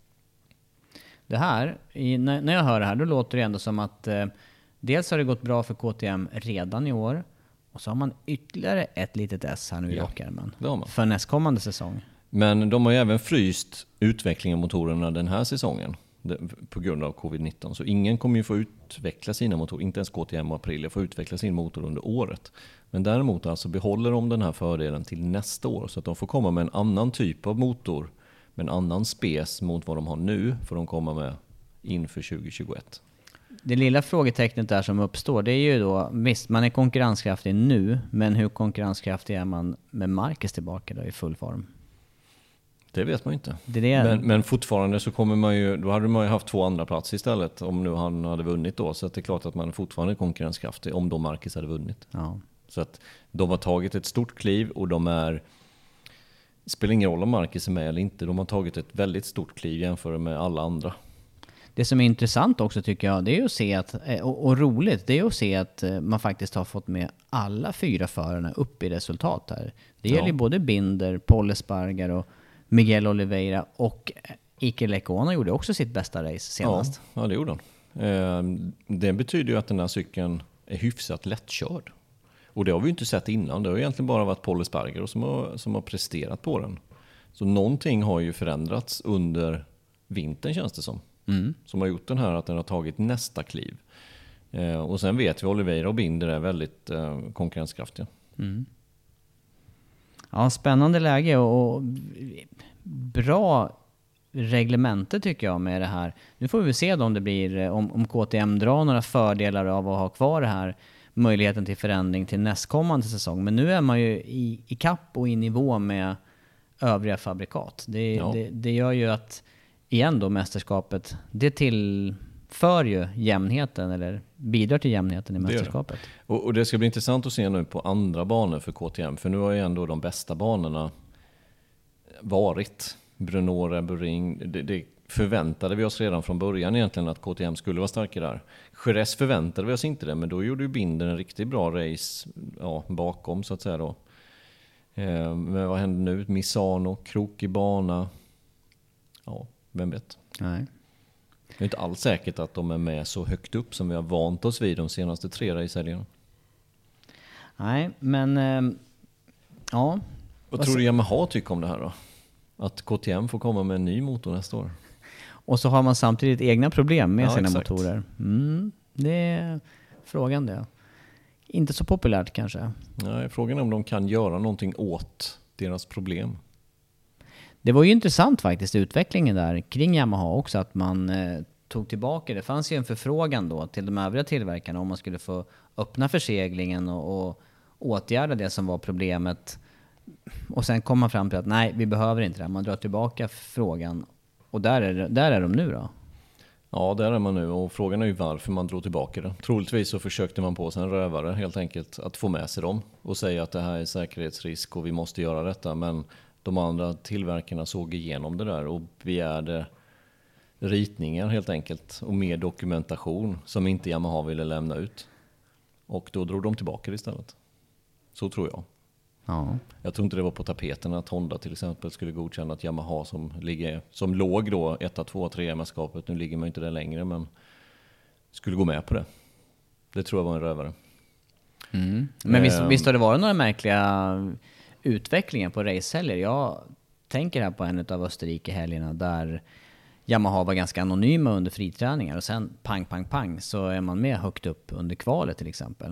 Det här, när jag hör det här, då låter det ändå som att dels har det gått bra för KTM redan i år, och så har man ytterligare ett litet S här nu i rockärmen för nästkommande säsong. Men de har ju även fryst utvecklingen av motorerna den här säsongen på grund av covid-19. Så ingen kommer ju få utveckla sina motorer, inte ens KTM och Aprilia får utveckla sin motor under året. Men däremot alltså behåller de den här fördelen till nästa år, så att de får komma med en annan typ av motor, med en annan spec mot vad de har nu, för de kommer med inför 2021. Det lilla frågetecknet där som uppstår, det är ju då, visst man är konkurrenskraftig nu, men hur konkurrenskraftig är man med Marquez tillbaka då i full form? Det vet man inte. Men fortfarande så kommer man ju, då hade man ju haft 2 andra plats istället om nu han hade vunnit då. Så att det är klart att man är fortfarande konkurrenskraftig om då Marquez hade vunnit. Ja. Så att de har tagit ett stort kliv och det spelar ingen roll om Marquez är med eller inte. De har tagit ett väldigt stort kliv jämfört med alla andra. Det som är intressant också tycker jag, det är att se att, och roligt, det är att se att man faktiskt har fått med alla 4 förarna upp i resultat här. Det gäller både Binder, Pol Espargar och Miguel Oliveira, och Iker Lecuona gjorde också sitt bästa race senast. Ja, det gjorde han. Det betyder ju att den här cykeln är hyfsat lättkörd. Och det har vi ju inte sett innan. Det har egentligen bara varit Pol Espargar som har presterat på den. Så någonting har ju förändrats under vintern, känns det som. Som har gjort den här, att den har tagit nästa kliv. Och sen vet vi Oliveira och Binder är väldigt konkurrenskraftiga. Ja, spännande läge och bra reglemente tycker jag med det här. Nu får vi se om det blir, om KTM drar några fördelar av att ha kvar det här, möjligheten till förändring till nästkommande säsong. Men nu är man ju i kapp och i nivå med övriga fabrikat. Det gör ju att, igen då, mästerskapet, det tillför ju jämnheten, eller bidrar till jämnheten i mästerskapet. Och det ska bli intressant att se nu på andra banor för KTM, för nu har ju ändå de bästa banorna varit Brno, Rebouring. Det förväntade vi oss redan från början egentligen, att KTM skulle vara starka där. Jerez förväntade vi oss inte det, men då gjorde ju Binder en riktigt bra race bakom så att säga då. Men vad händer nu? Misano, krokig bana. Ja, vem vet? Nej. Det är inte alls säkert att de är med så högt upp som vi har vant oss vid de senaste 3 racehelgerna. Nej, men ja. Vad tror du Yamaha tycker om det här då? Att KTM får komma med en ny motor nästa år. Och så har man samtidigt egna problem med sina exakt. motorer. Det är frågan det. Inte så populärt kanske. Nej, frågan är om de kan göra någonting åt deras problem. Det var ju intressant faktiskt, utvecklingen där kring Yamaha också, att man tog tillbaka. Det fanns ju en förfrågan då till de övriga tillverkarna om man skulle få öppna förseglingen och åtgärda det som var problemet. Och sen kom man fram till att nej, vi behöver inte det. Man drar tillbaka frågan. Och där är de nu då? Ja, där är man nu. Och frågan är ju varför man drog tillbaka det. Troligtvis så försökte man på sig en rövare helt enkelt att få med sig dem och säga att det här är säkerhetsrisk och vi måste göra detta. Men de andra tillverkarna såg igenom det där och begärde ritningar helt enkelt och mer dokumentation som inte Yamaha ville lämna ut. Och då drog de tillbaka det istället. Så tror jag. Ja. Jag tror inte det var på tapeten att Honda till exempel skulle godkänna att Yamaha som låg då 1, 2, 3 mästerskapet, nu ligger man inte där längre, men skulle gå med på det. Det tror jag var en rövare. Men visst har det varit några märkliga utvecklingar på racehelger. Jag tänker här på en av Österrike-helgerna där Yamaha var ganska anonyma under friträningar och sen pang så är man med högt upp under kvalet till exempel.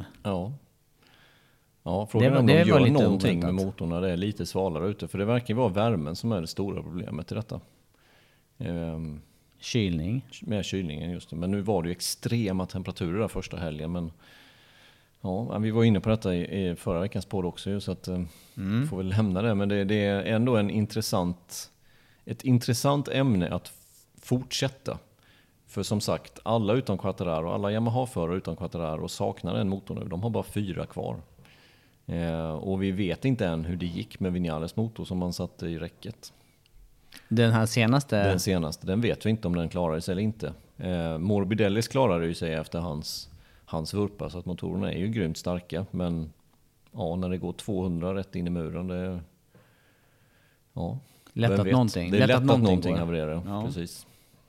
Ja, frågan är om de gör någonting med motorn det är lite svalare ute. För det verkar vara värmen som är det stora problemet i detta. Kylning. Med kylningen just det. Men nu var det ju extrema temperaturer där första helgen. Men ja, vi var inne på detta i förra veckans podd också. Så att får väl lämna det. Men det är ändå ett intressant ämne att fortsätta. För som sagt, alla utom Quartararo, alla Yamaha-förare utom Quartararo saknar en motor nu. De har bara 4 kvar. Och vi vet inte än hur det gick med Vinales motor som man satte i räcket. Den här senaste? Den senaste, den vet vi inte om den klarar sig eller inte. Morbidellis klarade ju sig efter hans vurpa, så att motorerna är ju grymt starka. Men ja, när det går 200 rätt in i muren, det är... Ja, lätt att någonting. Det är lätt att någonting havererar, ja. Precis.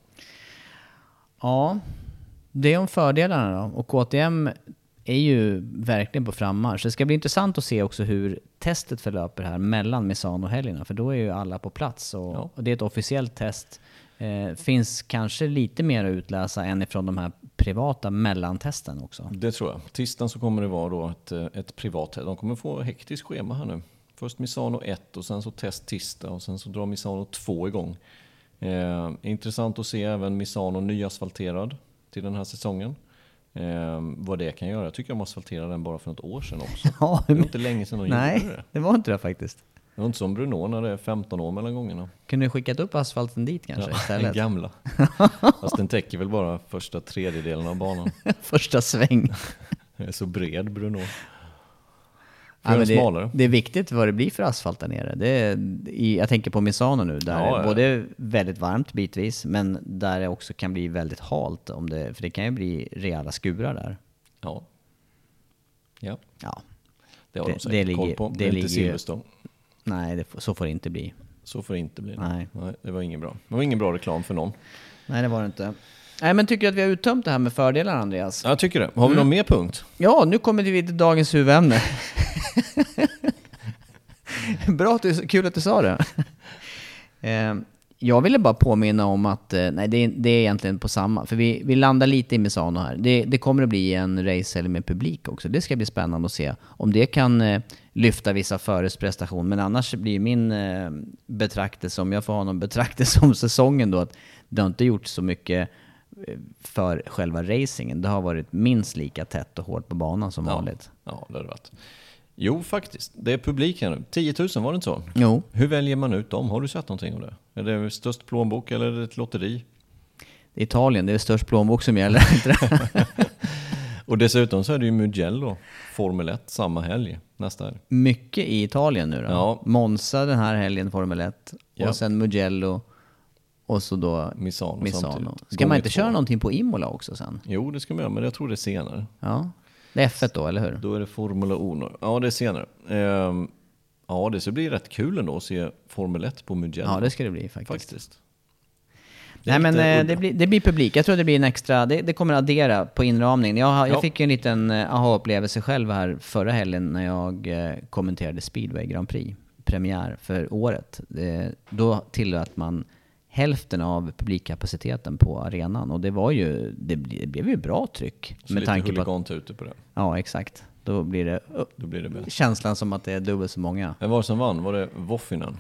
Ja, det är om fördelarna då. Och KTM är ju verkligen på frammarsch. Det ska bli intressant att se också hur testet förlöper här mellan Misano-helgerna. För då är ju alla på plats. Och det är ett officiellt test. Finns kanske lite mer att utläsa än ifrån de här privata mellantesten också. Det tror jag. Tisdagen så kommer det vara då ett privat test. De kommer få hektiskt schema här nu. Först Misano 1 och sen så test tisdag och sen så drar Misano 2 igång. Intressant att se även Misano nyasfalterad till den här säsongen. Vad det kan göra. Jag tycker de asfalterade den bara för något år sedan också. Ja, det var inte länge sedan de gjorde det. Nej, det var inte det faktiskt. Det var inte som Bruno när det är 15 år mellan gångerna. Kunde du skickat upp asfalten dit kanske istället? Den gamla. Fast den täcker väl bara första tredjedelen av banan. Första sväng. Det är så bred Bruno. Ja, det är viktigt vad det blir för asfalt där nere. Jag tänker på Misano nu, där det är både väldigt varmt bitvis, men där det också kan bli väldigt halt. För det kan ju bli rejäla skurar där. Ja. Det har de säkert koll på. Det är inte Silverstone. Nej, så får det inte bli. Så får det inte bli. Nej, det var ingen bra. Det var ingen bra reklam för någon. Nej, det var det inte. Nej, men tycker du att vi har uttömt det här med fördelar, Andreas? Jag tycker det. Har vi någon mer punkt? Ja, nu kommer vi till dagens huvudämne. Bra, kul att du sa det. Jag ville bara påminna om att nej, det är egentligen på samma. För vi landar lite i Misano här. Det kommer att bli en race med publik också. Det ska bli spännande att se om det kan lyfta vissa föres prestation. Men annars blir min betraktelse, om jag får ha någon betraktelse om säsongen då, att det har inte gjort så mycket för själva racingen. Det har varit minst lika tätt och hårt på banan som vanligt. Ja, det har det varit. Jo, faktiskt. Det är publik här nu. 10 000 var det inte så? Jo. Hur väljer man ut dem? Har du sett någonting om det? Är det störst plånbok eller är det ett lotteri? Italien, det är störst plånbok som gäller. Och dessutom så är det ju Mugello, Formel 1, samma helg, nästa helg. Mycket i Italien nu då. Ja. Monza den här helgen, Formel 1. Och sen Mugello. Och så då Misano. Ska man inte köra någonting på Imola också sen? Jo, det ska man göra, men jag tror det är senare. Ja. Det är F1 då, eller hur? Då är det Formula 1. Ja, det är senare. Ja, det ska bli rätt kul ändå att se Formel 1 på Mugello. Ja, det ska det bli faktiskt. Nej, men det blir publik. Jag tror det blir en extra... Det kommer att addera på inramning. Jag fick ju en liten aha-upplevelse själv här förra helgen när jag kommenterade Speedway Grand Prix. Premiär för året. Då tillät man hälften av publikkapaciteten på arenan. Och det blev ju bra tryck. Så med tanke på att ute på det. Ja, exakt. Då blir det bäst. Känslan som att det är dubbelt så många. Vem var det som vann? Var det Woffinen?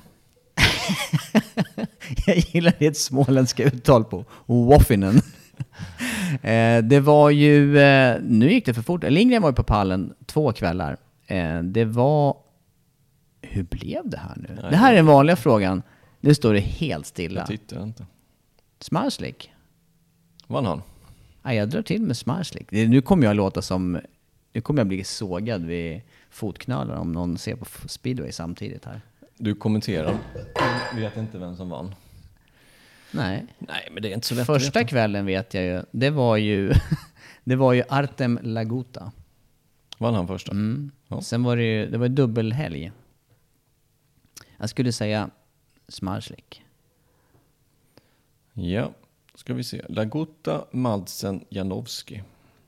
Jag gillar det ett småländska uttal på Woffinen. Det var ju... Nu gick det för fort. Lindgren var ju på pallen 2 kvällar. Det var... Hur blev det här nu? Nej, det här är den vanliga frågan. Nu står det helt stilla. Jag tittar inte. Smarslik. Vann han? Ja, jag drar till med Smarslik. Nu kommer jag låta som... Nu kommer jag bli sågad vid fotknölar om någon ser på Speedway samtidigt här. Du kommenterar. Jag vet inte vem som vann. Nej, men det är inte så lätt. Första kvällen vet jag ju. Det var ju Artem Laguta. Vann han första? Ja. Sen var det var dubbelhelg. Jag skulle säga Smarslik. Ja, ska vi se. Laguta, Madsen, Janowski.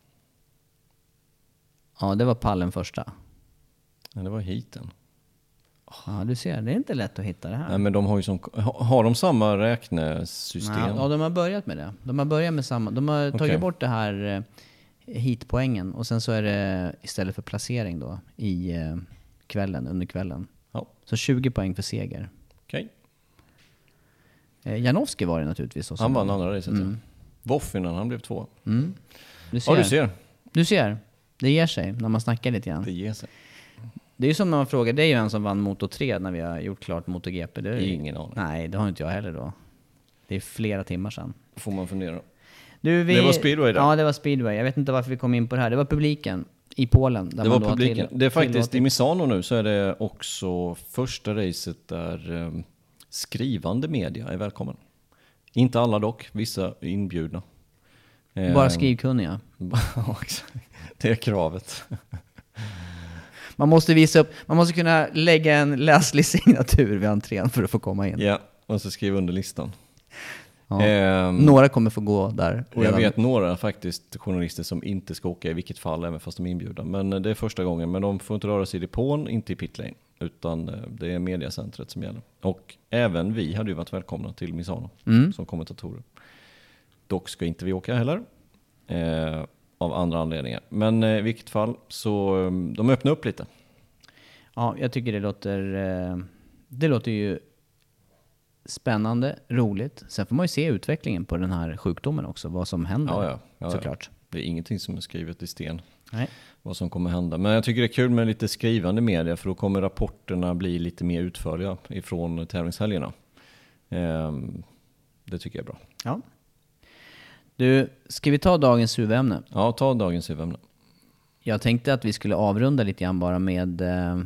Ja, det var pallen första. Ja, det var heaten. Ja, du ser, det är inte lätt att hitta det här. Nej, men de har de samma räknesystem? Ja, de har börjat med det. De har börjat med samma. De har tagit bort det här heatpoängen och sen så är det istället för placering då i under kvällen. Ja. Så 20 poäng för seger. Okej. Janowski var det naturligtvis. Han vann andra racet. Voff innan han blev 2. Du ser. Du ser. Det ger sig när man snackar lite grann. Det ger sig. Det är ju som när man frågar, det är ju en som vann Moto 3 när vi har gjort klart MotoGP. Det är ingen aning. Nej, det har inte jag heller då. Det är flera timmar sedan. Får man fundera. Det var speedway där. Ja, det var speedway. Jag vet inte varför vi kom in på det här. Det var publiken i Polen. Där det man var publiken. Det är faktiskt i Misano nu så är det också första racet där skrivande media är välkommen. Inte alla dock, vissa är inbjudna. Bara skrivkunniga. Det är kravet. Man måste visa upp, man måste kunna lägga en läslig signatur vid entrén för att få komma in. Ja, och så skriva under listan. Ja. Några kommer få gå där. Och jag vet några faktiskt journalister som inte ska åka i vilket fall, även fast de är inbjudna. Men det är första gången. Men de får inte röra sig i depån, inte i pitlane. Utan det är mediacentret som gäller. Och även vi hade ju varit välkomna till Misano som kommentatorer. Dock ska inte vi åka heller. Av andra anledningar. Men i vilket fall så de öppnar upp lite. Ja, jag tycker det låter ju spännande, roligt. Sen får man ju se utvecklingen på den här sjukdomen också, vad som händer. Ja, såklart. Det är ingenting som är skrivet i sten. Nej. Vad som kommer hända. Men jag tycker det är kul med lite skrivande media, för då kommer rapporterna bli lite mer utförliga ifrån tävlingshelgerna. Det tycker jag är bra. Ja. Du, ska vi ta dagens huvudämne? Ja, ta dagens huvudämne. Jag tänkte att vi skulle avrunda lite grann bara med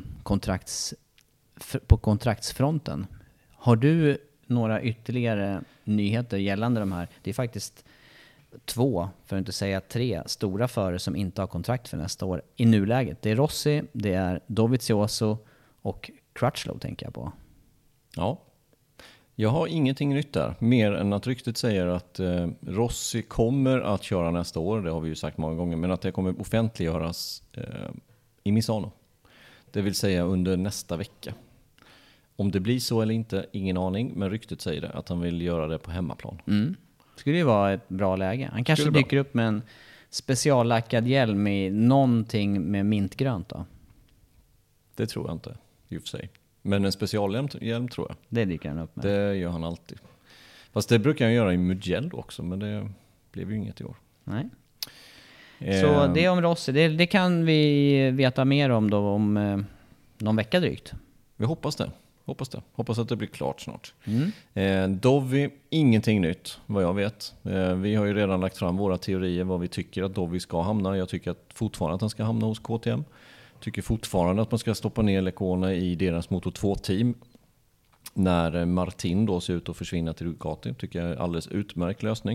på kontraktsfronten. Har du några ytterligare nyheter gällande de här? Det är faktiskt 2, för att inte säga 3, stora förare som inte har kontrakt för nästa år i nuläget. Det är Rossi, det är Dovizioso och Crutchlow tänker jag på. Ja. Jag har ingenting nytt där, mer än att ryktet säger att Rossi kommer att köra nästa år, det har vi ju sagt många gånger, men att det kommer offentliggöras i Misano. Det vill säga under nästa vecka. Om det blir så eller inte, ingen aning, men ryktet säger det, att han vill göra det på hemmaplan. Skulle ju vara ett bra läge. Han kanske dyker upp med en speciallackad hjälm i någonting med mintgrönt då. Det tror jag inte, i och för sig. Men en specialhjälm tror jag. Det dyker han upp med. Det gör han alltid. Fast det brukar han göra i Mugello också, men det blev ju inget i år. Nej. Så det om Rossi, det kan vi veta mer om då om någon vecka drygt. Vi hoppas det. Hoppas att det blir klart snart. Dovi, ingenting nytt vad jag vet. Vi har ju redan lagt fram våra teorier vad vi tycker att Dovi ska hamna. Jag tycker fortfarande att han ska hamna hos KTM. Tycker fortfarande att man ska stoppa ner Lecona i deras Moto 2-team. När Martin då ser ut att försvinna till Ducati. Tycker jag är en alldeles utmärkt lösning.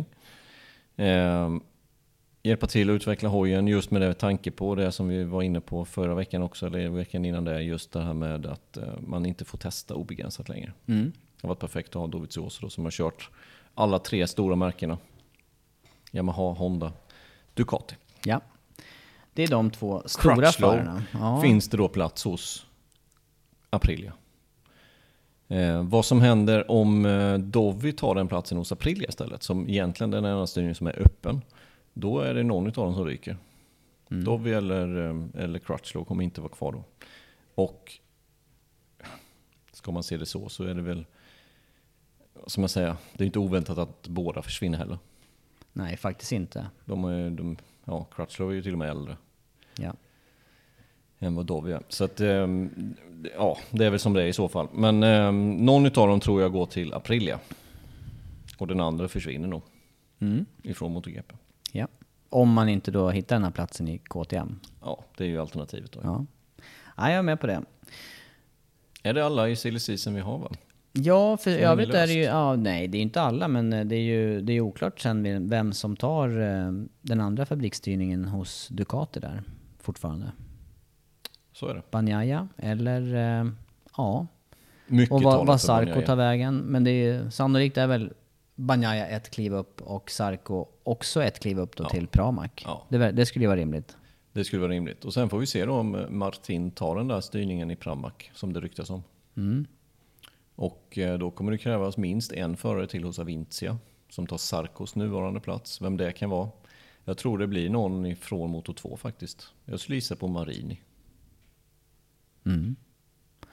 Hjälpa till att utveckla hojen just med det tanke på det som vi var inne på förra veckan också, eller veckan innan det, just det här med att man inte får testa obegränsat längre. Det har varit perfekt att ha Dovizioso då, som har kört alla 3 stora märkena. Yamaha, Honda, Ducati. Ja, det är de 2 stora förarna. Ja. Finns det då plats hos Aprilia? Vad som händer om Dovi tar den platsen hos Aprilia istället, som egentligen den enda styrningen som är öppen, då är det någon av dem som ryker. Dovi eller Crutchlow kommer inte vara kvar då. Och ska man se det så är det väl, som jag säger, det är inte oväntat att båda försvinner heller. Nej, faktiskt inte. Crutchlow är ju till och med äldre. Ja. Än vad Dovi är. Så att, det är väl som det är i så fall. Men någon av dem tror jag går till Aprilia. Och den andra försvinner nog. Ifrån MotoGP. Ja. Om man inte då hittar den här platsen i KTM. Ja, det är ju alternativet då. Ja, jag är med på det. Är det alla i silly season vi har, va? Ja, för jag vet är det ju, nej det är inte alla, men det är oklart sen vem som tar den andra fabriksstyrningen hos Ducati där fortfarande. Så är det. Bagnaia eller Mycket och vad Sarko tar vägen, men det är sannolikt är väl Bagnaia ett kliv upp och Sarko också ett kliv upp då till Pramac. Ja. Det skulle ju vara rimligt. Det skulle vara rimligt. Och sen får vi se då om Martin tar den där styrningen i Pramac som det ryktas om. Och då kommer det krävas minst en förare till hos Avintia som tar Sarkos nuvarande plats. Vem det kan vara. Jag tror det blir någon ifrån Moto 2 faktiskt. Jag skulle gissa på Marini.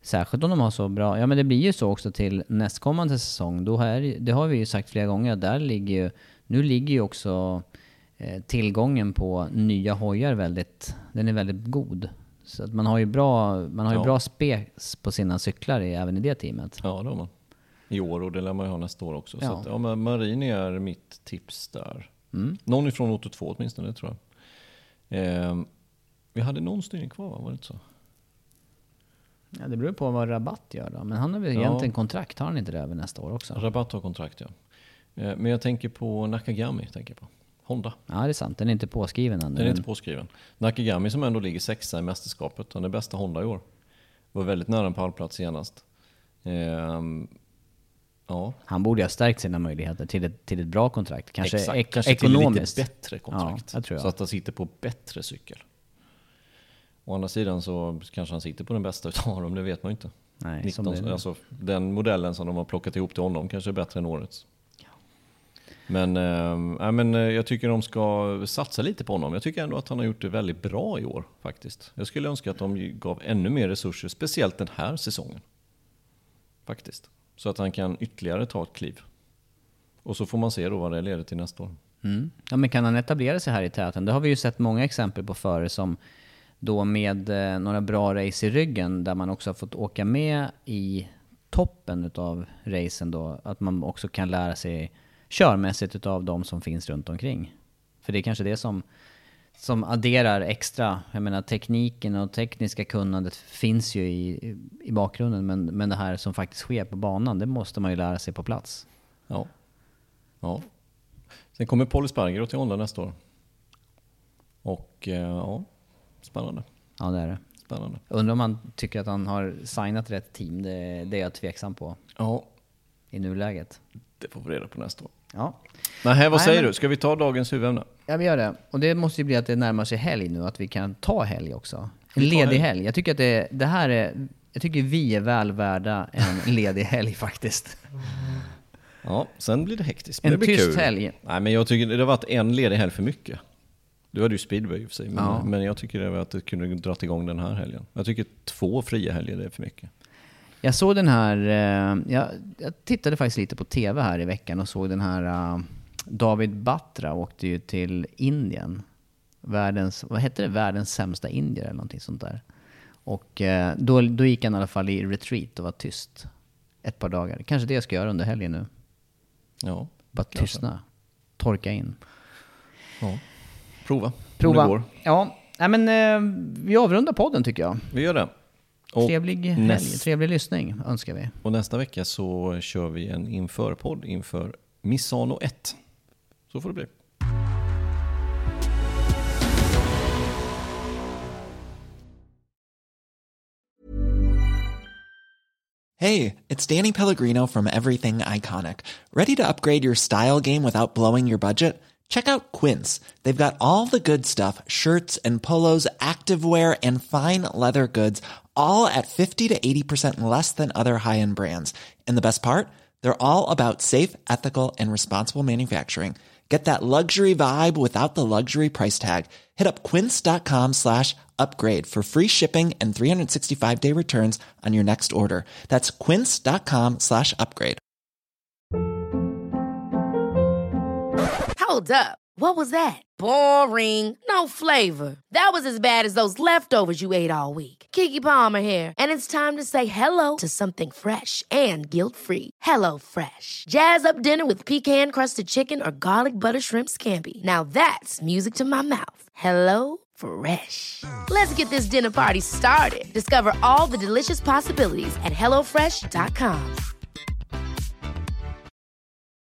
Särskilt om de har så bra... Ja, men det blir ju så också till nästkommande säsong. Det har vi ju sagt flera gånger. Nu ligger ju också tillgången på nya hojar den är väldigt god. Så att man har ju bra spec på sina cyklar även i det teamet. Ja, det har man. I år, och det lär man ju ha nästa år också. Ja. Så att, Marini är mitt tips där. Någon ifrån Auto 2 åtminstone, det tror jag. Vi hade någon styrning kvar, var det inte så? Ja, det beror på vad Rabatt gör då. Men han har väl egentligen kontrakt, har han inte det över nästa år också? Rabatt har kontrakt, ja. Men jag tänker på Nakagami, Honda. Ja, det är sant. Den är inte påskriven än. Den är inte påskriven. Nakagami som ändå ligger 6:a i mästerskapet. Han är bästa Honda i år. Var väldigt nära en pallplats senast. Ja. Han borde ha stärkt sina möjligheter till ett bra kontrakt. Kanske ekonomiskt. Till lite bättre kontrakt. Ja, tror jag. Så att han sitter på bättre cykel. Å andra sidan så kanske han sitter på den bästa utav dem, det vet man ju inte. Nej, 19, alltså, den modellen som de har plockat ihop till honom kanske är bättre än årets. Men jag tycker de ska satsa lite på honom. Jag tycker ändå att han har gjort det väldigt bra i år faktiskt. Jag skulle önska att de gav ännu mer resurser, speciellt den här säsongen. Faktiskt. Så att han kan ytterligare ta ett kliv. Och så får man se då vad det leder till nästa år. Ja, men kan han etablera sig här i täten? Det har vi ju sett många exempel på förr som då med några bra race i ryggen där man också har fått åka med i toppen utav racen då. Att man också kan lära sig körmässigt utav de som finns runt omkring. För det är kanske det som adderar extra. Jag menar, tekniken och tekniska kunnandet finns ju i bakgrunden. Men det här som faktiskt sker på banan, det måste man ju lära sig på plats. Ja. Sen kommer Paul Espargaro till Honda nästa år. Och spännande. Ja, det är det. Spännande. Undrar om man tycker att han har signat rätt team. Det är jag tveksam på. Ja. I nuläget. Det får vi reda på nästa år. Ja. Vad säger du? Ska vi ta dagens huvudämne? Ja, vi gör det. Och det måste ju bli att det närmar sig helg nu. Att vi kan ta helg också. En ledig helg. Jag tycker att det här är... Jag tycker vi är väl värda en ledig helg faktiskt. Ja, sen blir det hektiskt. En det blir tyst kul. helg. Nej, men jag tycker det har varit en ledig helg för mycket. Du hade ju speedway i och för sig. Men jag tycker det var att det kunde dra igång den här helgen. Jag tycker 2 fria helger är för mycket. Jag såg den här... Jag tittade faktiskt lite på tv här i veckan och såg den här... David Batra åkte ju till Indien. Världens sämsta indier eller någonting sånt där. Och då gick han i alla fall i retreat och var tyst ett par dagar. Kanske det jag ska göra under helgen nu. Ja. Bara tystna. Torka in. Ja. Prova. Ja, men vi avrundar podden tycker jag. Vi gör det. Och trevlig helg, trevlig lyssning önskar vi. Och nästa vecka så kör vi en införpodd inför Misano 1. Så får det bli. Hey, it's Danny Pellegrino from Everything Iconic. Ready to upgrade your style game without blowing your budget? Check out Quince. They've got all the good stuff, shirts and polos, activewear, and fine leather goods, all at 50 to 80% less than other high-end brands. And the best part? They're all about safe, ethical, and responsible manufacturing. Get that luxury vibe without the luxury price tag. Hit up quince.com/upgrade for free shipping and 365-day returns on your next order. That's quince.com/upgrade. Hold up. What was that? Boring. No flavor. That was as bad as those leftovers you ate all week. Keke Palmer here, and it's time to say hello to something fresh and guilt-free. Hello Fresh. Jazz up dinner with pecan-crusted chicken or garlic butter shrimp scampi. Now that's music to my mouth. Hello Fresh. Let's get this dinner party started. Discover all the delicious possibilities at hellofresh.com.